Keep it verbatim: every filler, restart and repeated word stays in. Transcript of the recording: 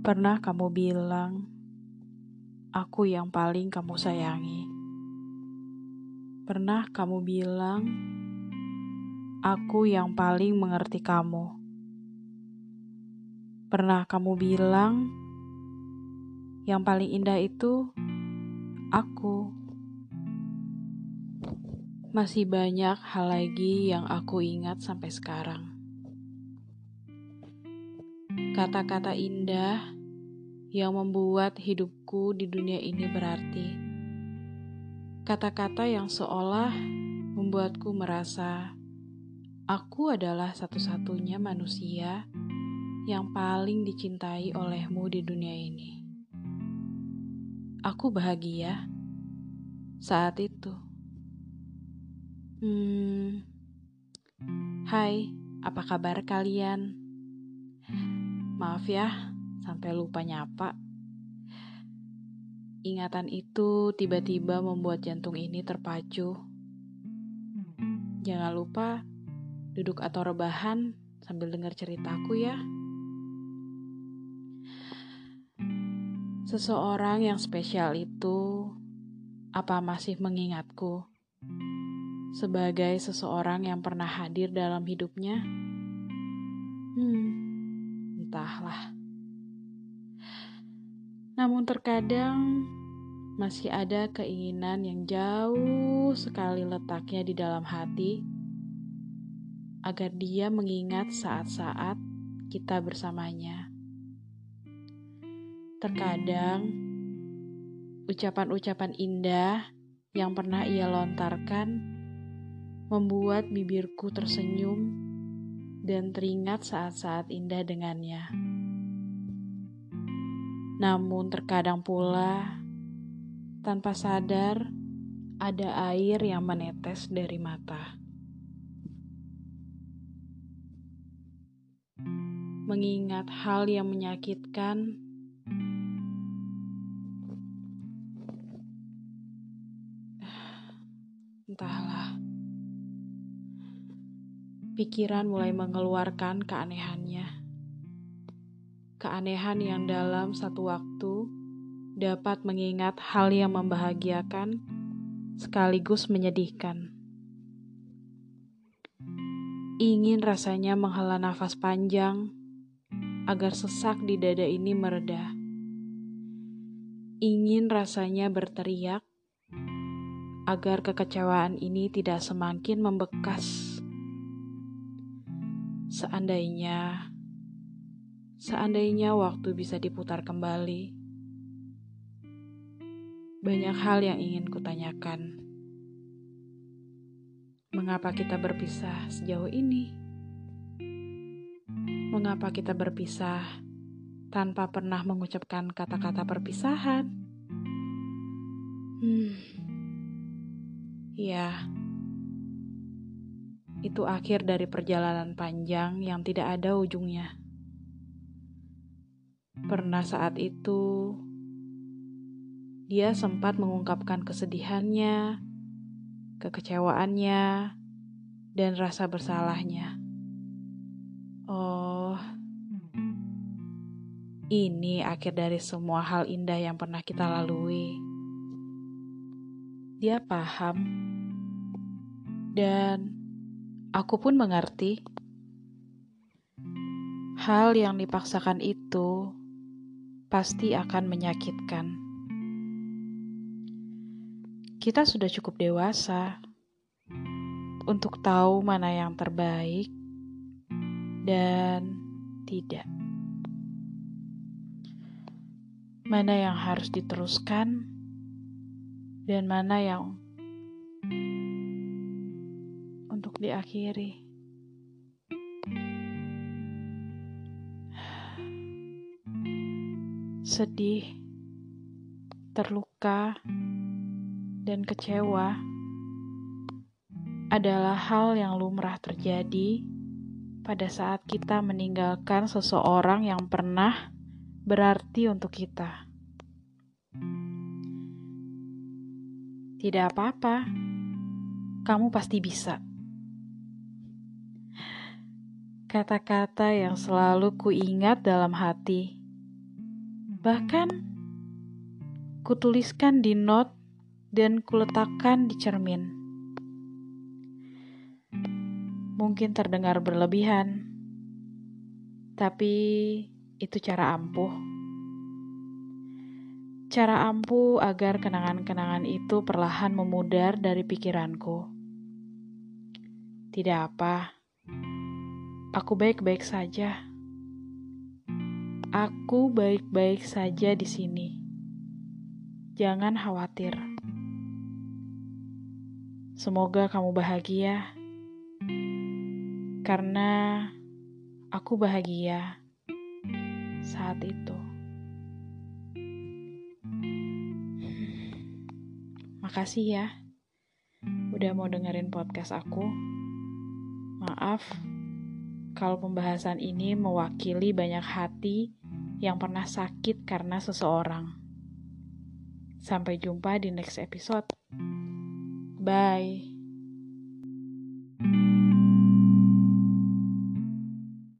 Pernah kamu bilang, aku yang paling kamu sayangi. Pernah kamu bilang, aku yang paling mengerti kamu. Pernah kamu bilang, yang paling indah itu aku. Masih banyak hal lagi yang aku ingat sampai sekarang. Kata-kata indah yang membuat hidupku di dunia ini berarti. Kata-kata yang seolah membuatku merasa aku adalah satu-satunya manusia yang paling dicintai olehmu di dunia ini. Aku bahagia saat itu. Hmm, hai, apa kabar kalian? Maaf ya, sampai lupa nyapa. Ingatan itu tiba-tiba membuat jantung ini terpacu. Jangan lupa duduk atau rebahan sambil dengar ceritaku ya. Seseorang yang spesial itu apa masih mengingatku sebagai seseorang yang pernah hadir dalam hidupnya? Hmm, entahlah. Namun terkadang masih ada keinginan yang jauh sekali letaknya di dalam hati agar dia mengingat saat-saat kita bersamanya. Terkadang ucapan-ucapan indah yang pernah ia lontarkan membuat bibirku tersenyum dan teringat saat-saat indah dengannya. Namun terkadang pula, tanpa sadar, ada air yang menetes dari mata. Mengingat hal yang menyakitkan, entahlah. Pikiran mulai mengeluarkan keanehannya. Keanehan yang dalam satu waktu dapat mengingat hal yang membahagiakan sekaligus menyedihkan. Ingin rasanya menghela nafas panjang agar sesak di dada ini mereda. Ingin rasanya berteriak agar kekecewaan ini tidak semakin membekas. Seandainya Seandainya waktu bisa diputar kembali, banyak hal yang ingin kutanyakan. Mengapa kita berpisah sejauh ini? Mengapa kita berpisah tanpa pernah mengucapkan kata-kata perpisahan? Hmm, ya, itu akhir dari perjalanan panjang yang tidak ada ujungnya. Pernah saat itu, dia sempat mengungkapkan kesedihannya, kekecewaannya, dan rasa bersalahnya. Oh, ini akhir dari semua hal indah yang pernah kita lalui. Dia paham, dan aku pun mengerti. Hal yang dipaksakan itu pasti akan menyakitkan. Kita sudah cukup dewasa untuk tahu mana yang terbaik dan tidak. Mana yang harus diteruskan dan mana yang untuk diakhiri. Sedih, terluka, dan kecewa adalah hal yang lumrah terjadi pada saat kita meninggalkan seseorang yang pernah berarti untuk kita. Tidak apa-apa, kamu pasti bisa. Kata-kata yang selalu kuingat dalam hati Bahkan kutuliskan di note dan kuletakkan di cermin. Mungkin terdengar berlebihan, tapi itu cara ampuh. Cara ampuh agar kenangan-kenangan itu perlahan memudar dari pikiranku. Tidak apa, aku baik-baik saja. Aku baik-baik saja di sini. Jangan khawatir. Semoga kamu bahagia, karena aku bahagia saat itu. Makasih ya, udah mau dengerin podcast aku. Maaf kalau pembahasan ini mewakili banyak hati yang pernah sakit karena seseorang. Sampai jumpa di next episode. Bye.